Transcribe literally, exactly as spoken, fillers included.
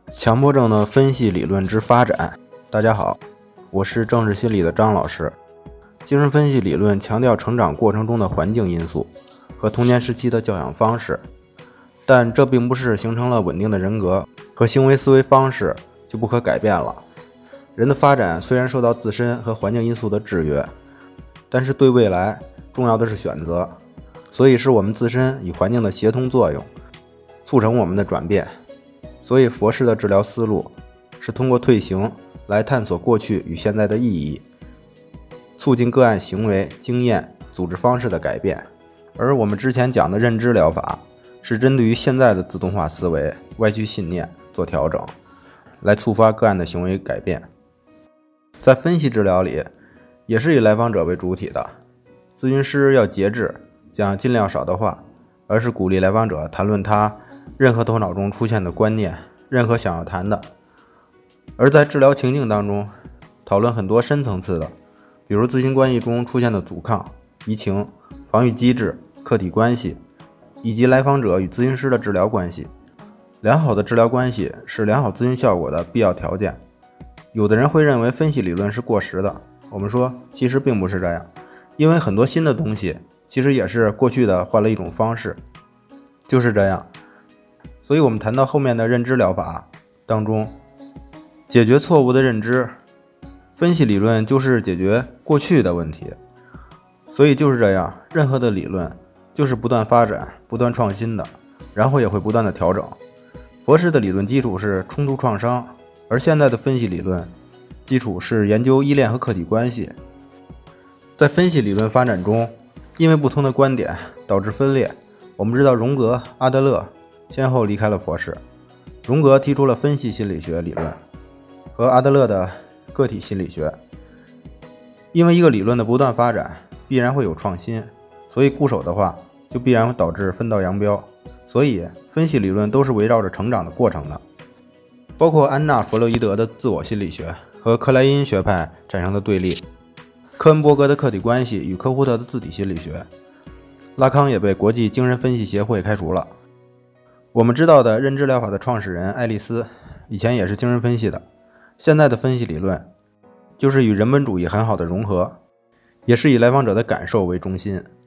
强迫症的分析理论之发展。大家好，我是政治心理的张老师。精神分析理论强调成长过程中的环境因素和童年时期的教养方式，但这并不是形成了稳定的人格和行为思维方式就不可改变了。人的发展虽然受到自身和环境因素的制约，但是对未来重要的是选择，所以是我们自身与环境的协同作用促成我们的转变。所以佛式的治疗思路是通过退行来探索过去与现在的意义，促进个案行为、经验、组织方式的改变。而我们之前讲的认知疗法是针对于现在的自动化思维、歪曲信念做调整，来触发个案的行为改变。在分析治疗里也是以来访者为主体的，咨询师要节制，讲尽量少的话，而是鼓励来访者谈论他任何头脑中出现的观念，任何想要谈的。而在治疗情境当中，讨论很多深层次的，比如咨询关系中出现的阻抗、移情、防御机制、客体关系，以及来访者与咨询师的治疗关系。良好的治疗关系是良好咨询效果的必要条件。有的人会认为分析理论是过时的，我们说其实并不是这样，因为很多新的东西其实也是过去的换了一种方式，就是这样。所以我们谈到后面的认知疗法当中，解决错误的认知，分析理论就是解决过去的问题。所以就是这样，任何的理论就是不断发展、不断创新的，然后也会不断的调整。佛式的理论基础是冲突创伤，而现在的分析理论基础是研究依恋和客体关系。在分析理论发展中，因为不同的观点导致分裂。我们知道荣格、阿德勒先后离开了佛式，荣格提出了分析心理学理论和阿德勒的个体心理学。因为一个理论的不断发展必然会有创新，所以固守的话就必然会导致分道扬镳。所以分析理论都是围绕着成长的过程的，包括安娜·弗洛伊德的自我心理学和克莱因学派产生的对立，科恩伯格的客体关系与科胡特的自体心理学，拉康也被国际精神分析协会开除了。我们知道的认知疗法的创始人爱丽丝以前也是精神分析的，现在的分析理论就是与人本主义很好的融合，也是以来访者的感受为中心。